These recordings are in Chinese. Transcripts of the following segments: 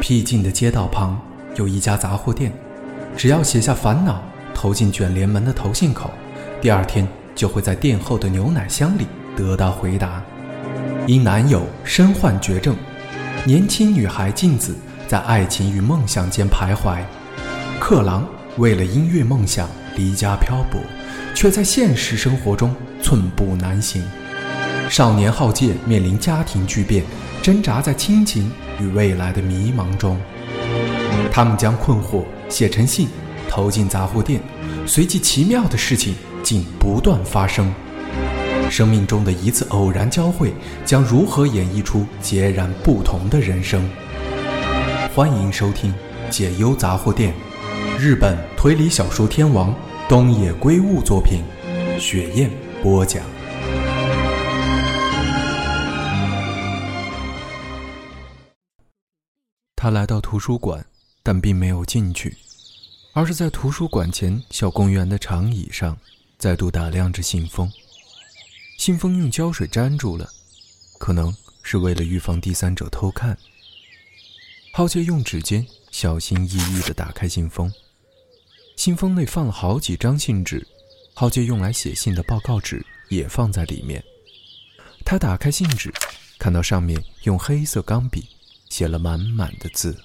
僻静的街道旁有一家杂货店，只要写下烦恼投进卷帘门的投信口，第二天就会在店后的牛奶箱里得到回答。因男友身患绝症，年轻女孩静子在爱情与梦想间徘徊，克郎为了音乐梦想离家漂泊，却在现实生活中寸步难行。少年浩介面临家庭巨变，挣扎在亲情与未来的迷茫中。他们将困惑写成信投进杂货店，随即奇妙的事情竟不断发生。生命中的一次偶然交汇将如何演绎出截然不同的人生？欢迎收听解忧杂货店，日本推理小说天王东野圭吾作品，雪燕播讲。他来到图书馆，但并没有进去，而是在图书馆前小公园的长椅上再度打量着信封。信封用胶水粘住了，可能是为了预防第三者偷看。浩介用指尖小心翼翼地打开信封，信封内放了好几张信纸，浩介用来写信的报告纸也放在里面。他打开信纸，看到上面用黑色钢笔写了满满的字：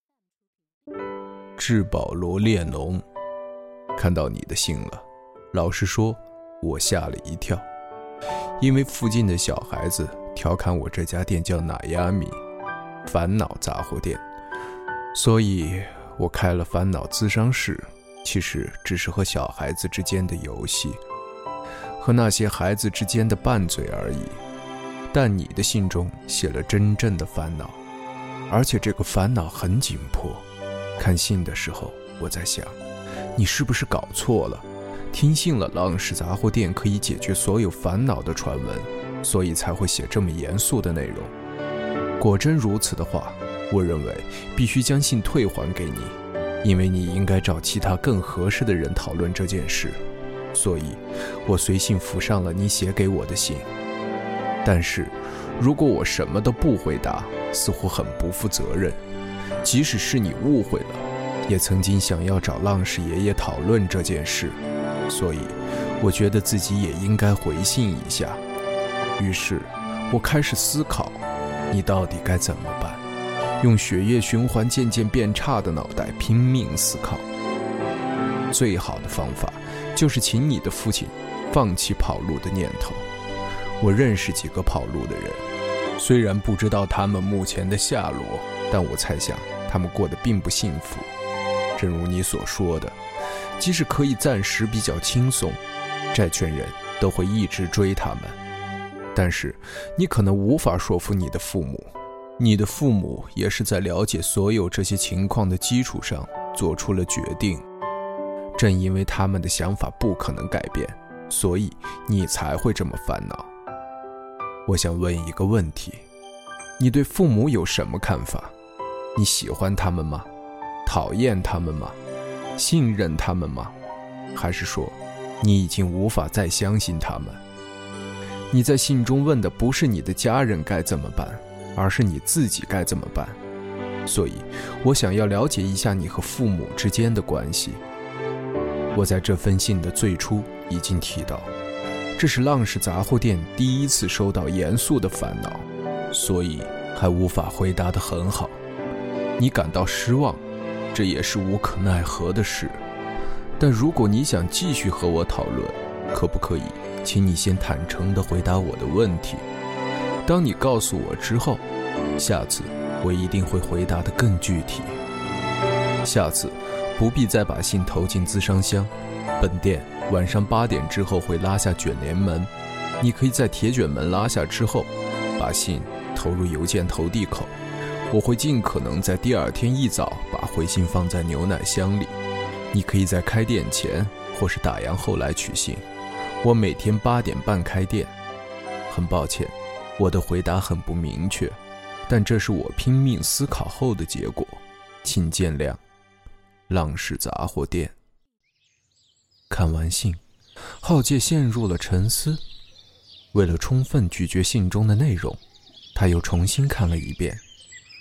致保罗列侬，看到你的信了，老实说我吓了一跳，因为附近的小孩子调侃我这家店叫哪亚米烦恼杂货店，所以我开了烦恼咨商室，其实只是和小孩子之间的游戏，和那些孩子之间的拌嘴而已。但你的信中写了真正的烦恼，而且这个烦恼很紧迫。看信的时候我在想，你是不是搞错了，听信了浪士杂货店可以解决所有烦恼的传闻，所以才会写这么严肃的内容。果真如此的话，我认为必须将信退还给你，因为你应该找其他更合适的人讨论这件事，所以我随信附上了你写给我的信。但是如果我什么都不回答，似乎很不负责任。即使是你误会了，也曾经想要找浪士爷爷讨论这件事，所以我觉得自己也应该回信一下。于是我开始思考，你到底该怎么办？用血液循环渐渐变差的脑袋拼命思考。最好的方法就是请你的父亲放弃跑路的念头。我认识几个跑路的人，虽然不知道他们目前的下落，但我猜想他们过得并不幸福。正如你所说的，即使可以暂时比较轻松，债权人都会一直追他们。但是你可能无法说服你的父母，你的父母也是在了解所有这些情况的基础上做出了决定。正因为他们的想法不可能改变，所以你才会这么烦恼。我想问一个问题，你对父母有什么看法？你喜欢他们吗？讨厌他们吗？信任他们吗？还是说你已经无法再相信他们？你在信中问的不是你的家人该怎么办，而是你自己该怎么办。所以我想要了解一下你和父母之间的关系。我在这封信的最初已经提到，这是浪士杂货店第一次收到严肃的烦恼，所以还无法回答得很好。你感到失望，这也是无可奈何的事。但如果你想继续和我讨论，可不可以请你先坦诚地回答我的问题？当你告诉我之后，下次我一定会回答得更具体。下次不必再把信投进咨商箱，本店晚上8点之后会拉下卷帘门，你可以在铁卷门拉下之后，把信投入邮件投递口。我会尽可能在第二天一早把回信放在牛奶箱里，你可以在开店前或是打烊后来取信。我每天8点半开店。很抱歉，我的回答很不明确，但这是我拼命思考后的结果，请见谅。浪士杂货店。看完信，浩介陷入了沉思。为了充分咀嚼信中的内容，他又重新看了一遍。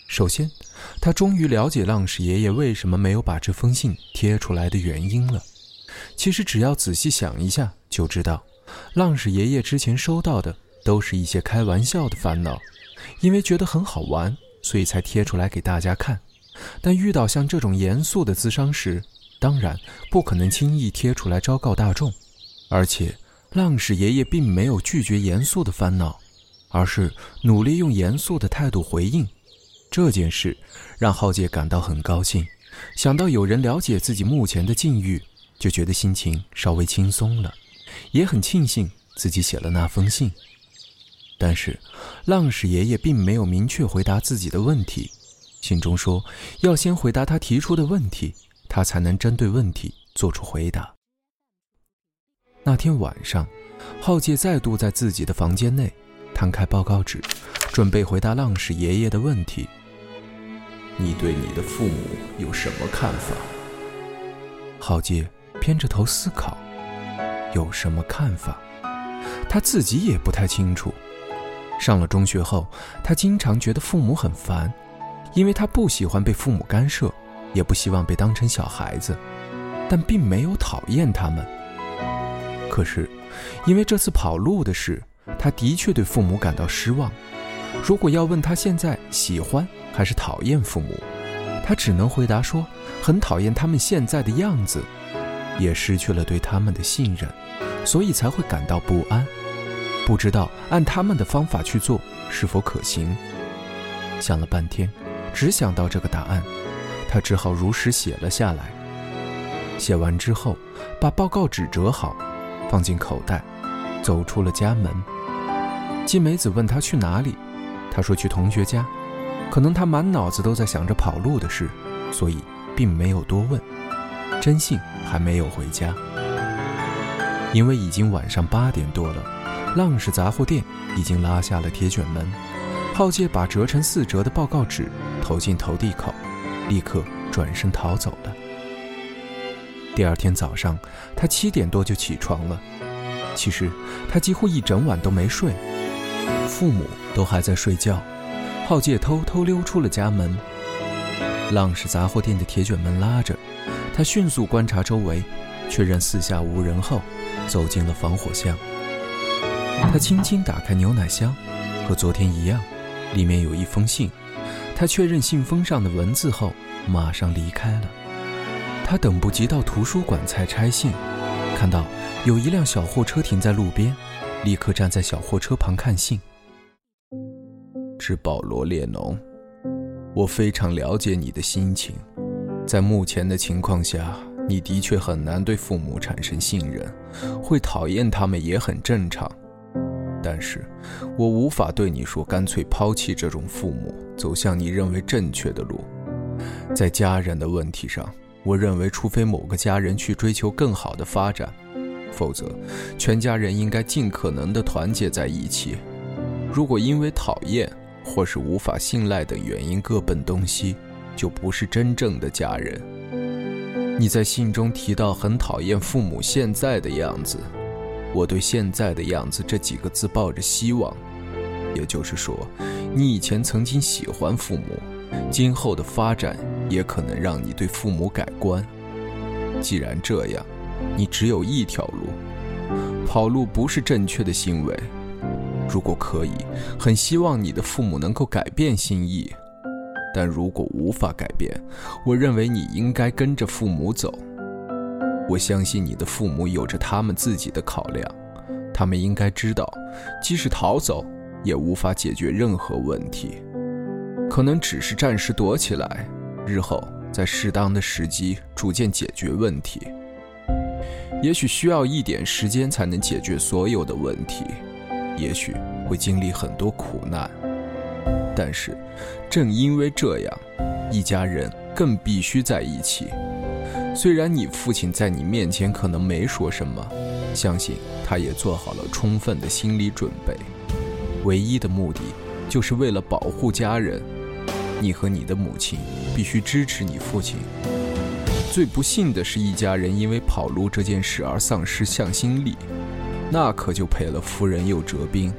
首先，他终于了解浪氏爷爷为什么没有把这封信贴出来的原因了。其实只要仔细想一下就知道，浪氏爷爷之前收到的都是一些开玩笑的烦恼，因为觉得很好玩，所以才贴出来给大家看。但遇到像这种严肃的咨商时，当然不可能轻易贴出来昭告大众。而且浪氏爷爷并没有拒绝严肃的烦恼，而是努力用严肃的态度回应。这件事让浩介感到很高兴，想到有人了解自己目前的境遇，就觉得心情稍微轻松了，也很庆幸自己写了那封信。但是浪氏爷爷并没有明确回答自己的问题，信中说要先回答他提出的问题，他才能针对问题做出回答。那天晚上，浩介再度在自己的房间内摊开报告纸，准备回答浪氏爷爷的问题。你对你的父母有什么看法？浩介偏着头思考，有什么看法？他自己也不太清楚。上了中学后，他经常觉得父母很烦，因为他不喜欢被父母干涉，也不希望被当成小孩子，但并没有讨厌他们。可是因为这次跑路的事，他的确对父母感到失望。如果要问他现在喜欢还是讨厌父母，他只能回答说很讨厌他们现在的样子，也失去了对他们的信任，所以才会感到不安，不知道按他们的方法去做是否可行。想了半天，只想到这个答案，他只好如实写了下来。写完之后，把报告纸折好，放进口袋，走出了家门。金梅子问他去哪里，他说去同学家，可能他满脑子都在想着跑路的事，所以并没有多问，真信还没有回家。因为已经晚上8点多了，浪氏杂货店已经拉下了铁卷门。浩介把折成4折的报告纸投进投递口，立刻转身逃走了。第二天早上，他7点多就起床了。其实他几乎一整晚都没睡，父母都还在睡觉。浩介偷偷溜出了家门。浪氏杂货店的铁卷门拉着，他迅速观察周围，确认四下无人后，走进了防火巷。他轻轻打开牛奶箱，和昨天一样，里面有一封信。他确认信封上的文字后，马上离开了。他等不及到图书馆才拆信，看到有一辆小货车停在路边，立刻站在小货车旁看信。致保罗列侬，我非常了解你的心情，在目前的情况下，你的确很难对父母产生信任，会讨厌他们也很正常。但是我无法对你说干脆抛弃这种父母，走向你认为正确的路。在家人的问题上，我认为除非某个家人去追求更好的发展，否则全家人应该尽可能地团结在一起。如果因为讨厌或是无法信赖等原因各奔东西，就不是真正的家人。你在信中提到很讨厌父母现在的样子，我对现在的样子这几个字抱着希望，也就是说，你以前曾经喜欢父母，今后的发展也可能让你对父母改观。既然这样，你只有一条路，跑路不是正确的行为。如果可以，很希望你的父母能够改变心意，但如果无法改变，我认为你应该跟着父母走。我相信你的父母有着他们自己的考量，他们应该知道，即使逃走，也无法解决任何问题，可能只是暂时躲起来，日后在适当的时机逐渐解决问题。也许需要一点时间才能解决所有的问题，也许会经历很多苦难，但是正因为这样，一家人更必须在一起。虽然你父亲在你面前可能没说什么，相信他也做好了充分的心理准备，唯一的目的就是为了保护家人。你和你的母亲必须支持你父亲。最不幸的是，一家人因为跑路这件事而丧失向心力，那可就赔了夫人又折兵。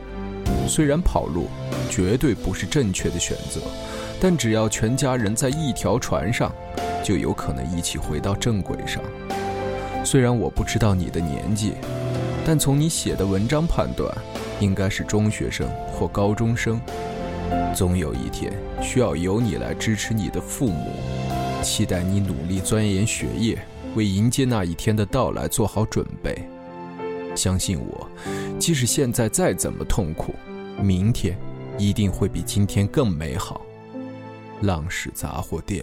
虽然跑路绝对不是正确的选择，但只要全家人在一条船上，就有可能一起回到正轨上。虽然我不知道你的年纪，但从你写的文章判断，应该是中学生或高中生。总有一天需要由你来支持你的父母，期待你努力钻研学业，为迎接那一天的到来做好准备。相信我，即使现在再怎么痛苦，明天一定会比今天更美好。浪矢杂货店。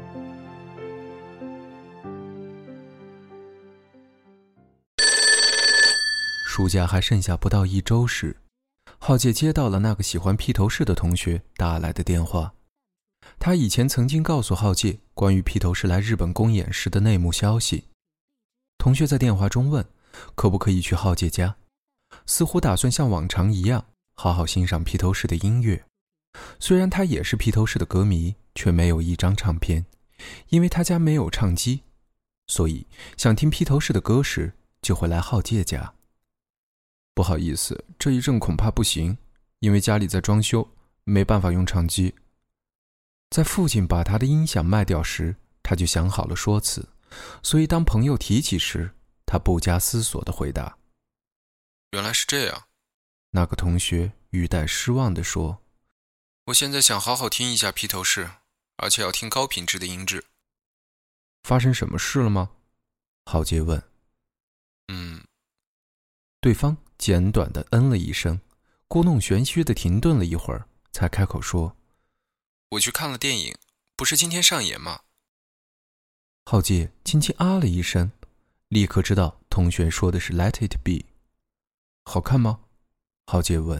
暑假还剩下不到1周时，浩介接到了那个喜欢披头士的同学打来的电话。他以前曾经告诉浩介关于披头士来日本公演时的内幕消息。同学在电话中问可不可以去浩介家，似乎打算像往常一样好好欣赏披头士的音乐。虽然他也是披头士的歌迷，却没有一张唱片，因为他家没有唱机，所以想听披头士的歌时就会来浩介家。不好意思，这一阵恐怕不行，因为家里在装修，没办法用唱机。在父亲把他的音响卖掉时，他就想好了说辞，所以当朋友提起时，他不加思索地回答：原来是这样。那个同学语带失望地说：我现在想好好听一下披头士，而且要听高品质的音质。发生什么事了吗？浩介问。对方简短地嗯了一声，故弄玄虚地停顿了一会儿，才开口说：我去看了电影，不是今天上演吗？浩介轻轻啊了一声，立刻知道同学说的是 Let It Be。 好看吗？浩介问。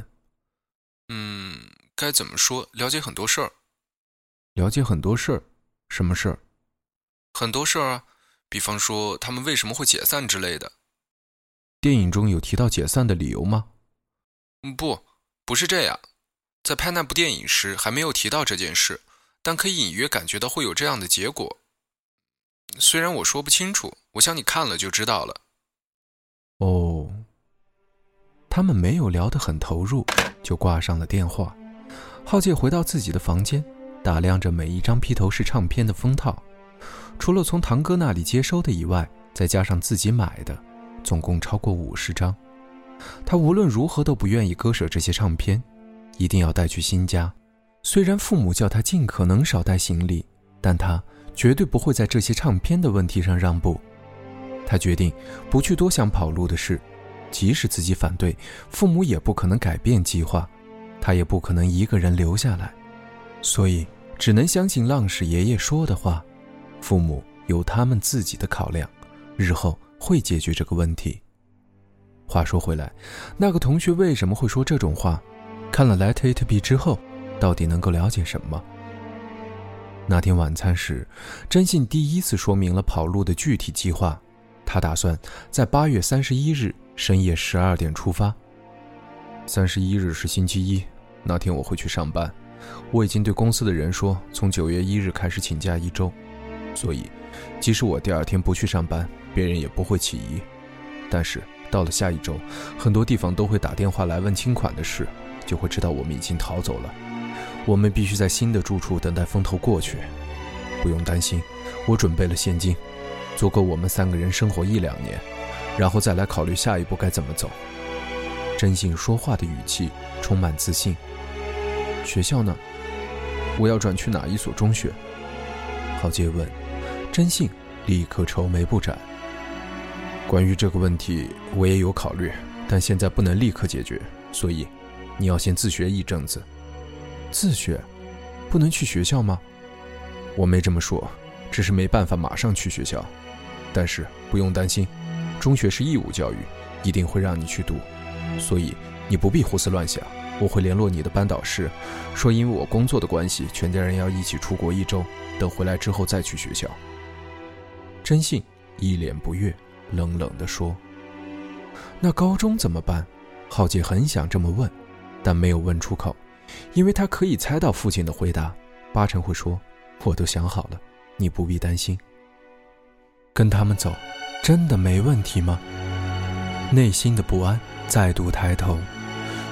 该怎么说，了解很多事儿。了解很多事儿？什么事儿？很多事儿啊，比方说他们为什么会解散之类的。电影中有提到解散的理由吗？不是这样，在拍那部电影时还没有提到这件事，但可以隐约感觉到会有这样的结果。虽然我说不清楚，我想你看了就知道了。哦，他们没有聊得很投入，就挂上了电话。浩介回到自己的房间，打量着每一张披头士唱片的封套，除了从堂哥那里接收的以外，再加上自己买的，总共超过50张。他无论如何都不愿意割舍这些唱片，一定要带去新家。虽然父母叫他尽可能少带行李，但他绝对不会在这些唱片的问题上让步。他决定不去多想跑路的事，即使自己反对，父母也不可能改变计划，他也不可能一个人留下来，所以只能相信浪矢爷爷说的话，父母有他们自己的考量，日后会解决这个问题。话说回来，那个同学为什么会说这种话？看了 Let It Be 之后，到底能够了解什么？那天晚餐时，真信第一次说明了跑路的具体计划。他打算在8月31日深夜12点出发。31日是星期一，那天我会去上班。我已经对公司的人说，从9月1日开始请假1周，所以即使我第二天不去上班，别人也不会起疑。但是到了下一周，很多地方都会打电话来问清款的事，就会知道我们已经逃走了。我们必须在新的住处等待风头过去。不用担心，我准备了现金，足够我们3个人生活1-2年，然后再来考虑下一步该怎么走。真信说话的语气充满自信。学校呢？我要转去哪一所中学？浩介问。真信立刻愁眉不展。关于这个问题我也有考虑，但现在不能立刻解决，所以你要先自学一阵子。自学？不能去学校吗？我没这么说，只是没办法马上去学校。但是不用担心，中学是义务教育，一定会让你去读，所以你不必胡思乱想。我会联络你的班导师，说因为我工作的关系，全家人要一起出国1周，等回来之后再去学校。真信一脸不悦，冷冷地说。那高中怎么办？浩介很想这么问，但没有问出口，因为他可以猜到父亲的回答，8成会说，我都想好了，你不必担心。跟他们走真的没问题吗？内心的不安再度抬头，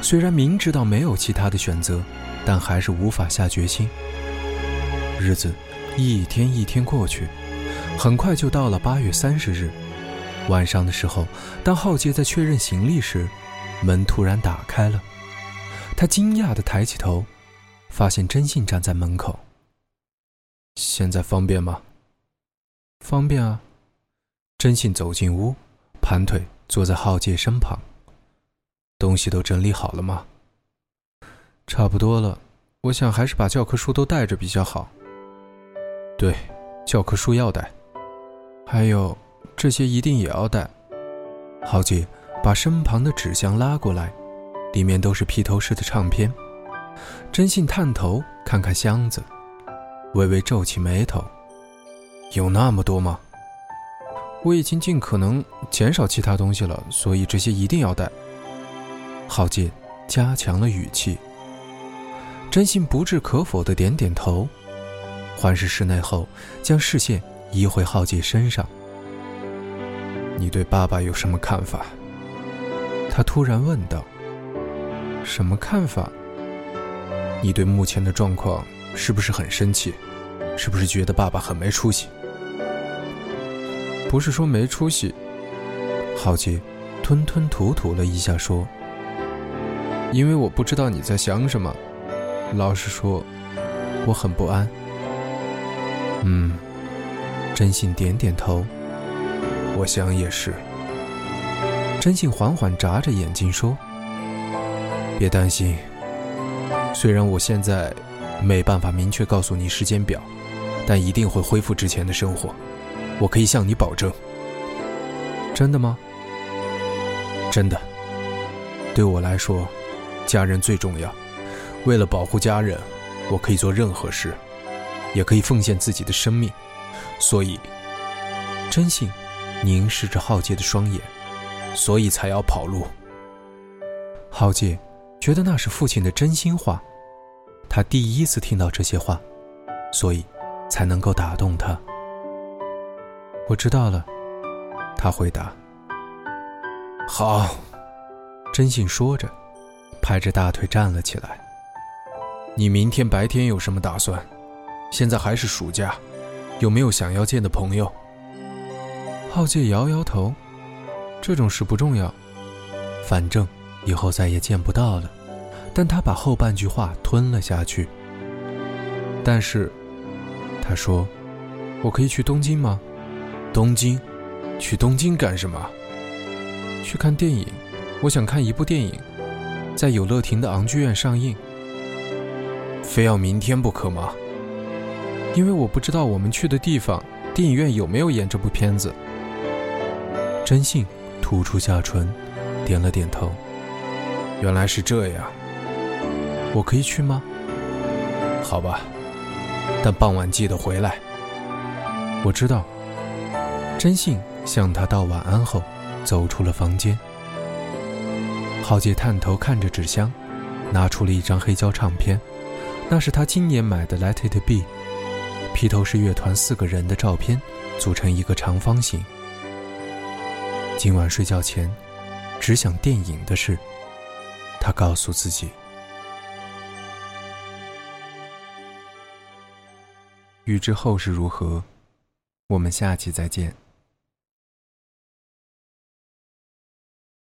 虽然明知道没有其他的选择，但还是无法下决心。日子一天一天过去，很快就到了8月30日。晚上的时候，当浩杰在确认行李时，门突然打开了。他惊讶地抬起头，发现真信站在门口。现在方便吗？方便啊。真信走进屋，盘腿坐在浩杰身旁。东西都整理好了吗？差不多了，我想还是把教科书都带着比较好。对，教科书要带，还有这些一定也要带。浩杰把身旁的纸箱拉过来，里面都是披头士的唱片。真信探头看看箱子，微微皱起眉头。有那么多吗？我已经尽可能减少其他东西了，所以这些一定要带。浩杰加强了语气。真信不置可否地点点头，环视室内后，将视线移回浩杰身上。你对爸爸有什么看法？他突然问道。什么看法？你对目前的状况是不是很生气？是不是觉得爸爸很没出息？不是说没出息。浩杰吞吞吐吐了一下说，因为我不知道你在想什么，老实说我很不安。真信点点头，我想也是。真信缓缓眨着眼睛说，别担心，虽然我现在没办法明确告诉你时间表，但一定会恢复之前的生活，我可以向你保证。真的吗？真的。对我来说，家人最重要，为了保护家人，我可以做任何事，也可以奉献自己的生命。所以真信凝视着浩杰的双眼，所以才要跑路。浩杰觉得那是父亲的真心话，他第一次听到这些话，所以才能够打动他。我知道了，他回答。好，真信说着，拍着大腿站了起来。你明天白天有什么打算？现在还是暑假，有没有想要见的朋友？浩杰摇摇头，这种事不重要，反正以后再也见不到了。但他把后半句话吞了下去。但是他说，我可以去东京吗？东京？去东京干什么？去看电影，我想看一部电影，在有乐町的昂剧院上映。非要明天不可吗？因为我不知道我们去的地方电影院有没有演这部片子。真信吐出下唇，点了点头。原来是这样，我可以去吗？好吧，但傍晚记得回来。我知道。真信向他道晚安后走出了房间。浩杰探头看着纸箱，拿出了一张黑胶唱片，那是他今年买的 Let It Be， 披头士乐团4个人的照片组成一个长方形。今晚睡觉前只想电影的事，他告诉自己。欲知后事如何，我们下期再见。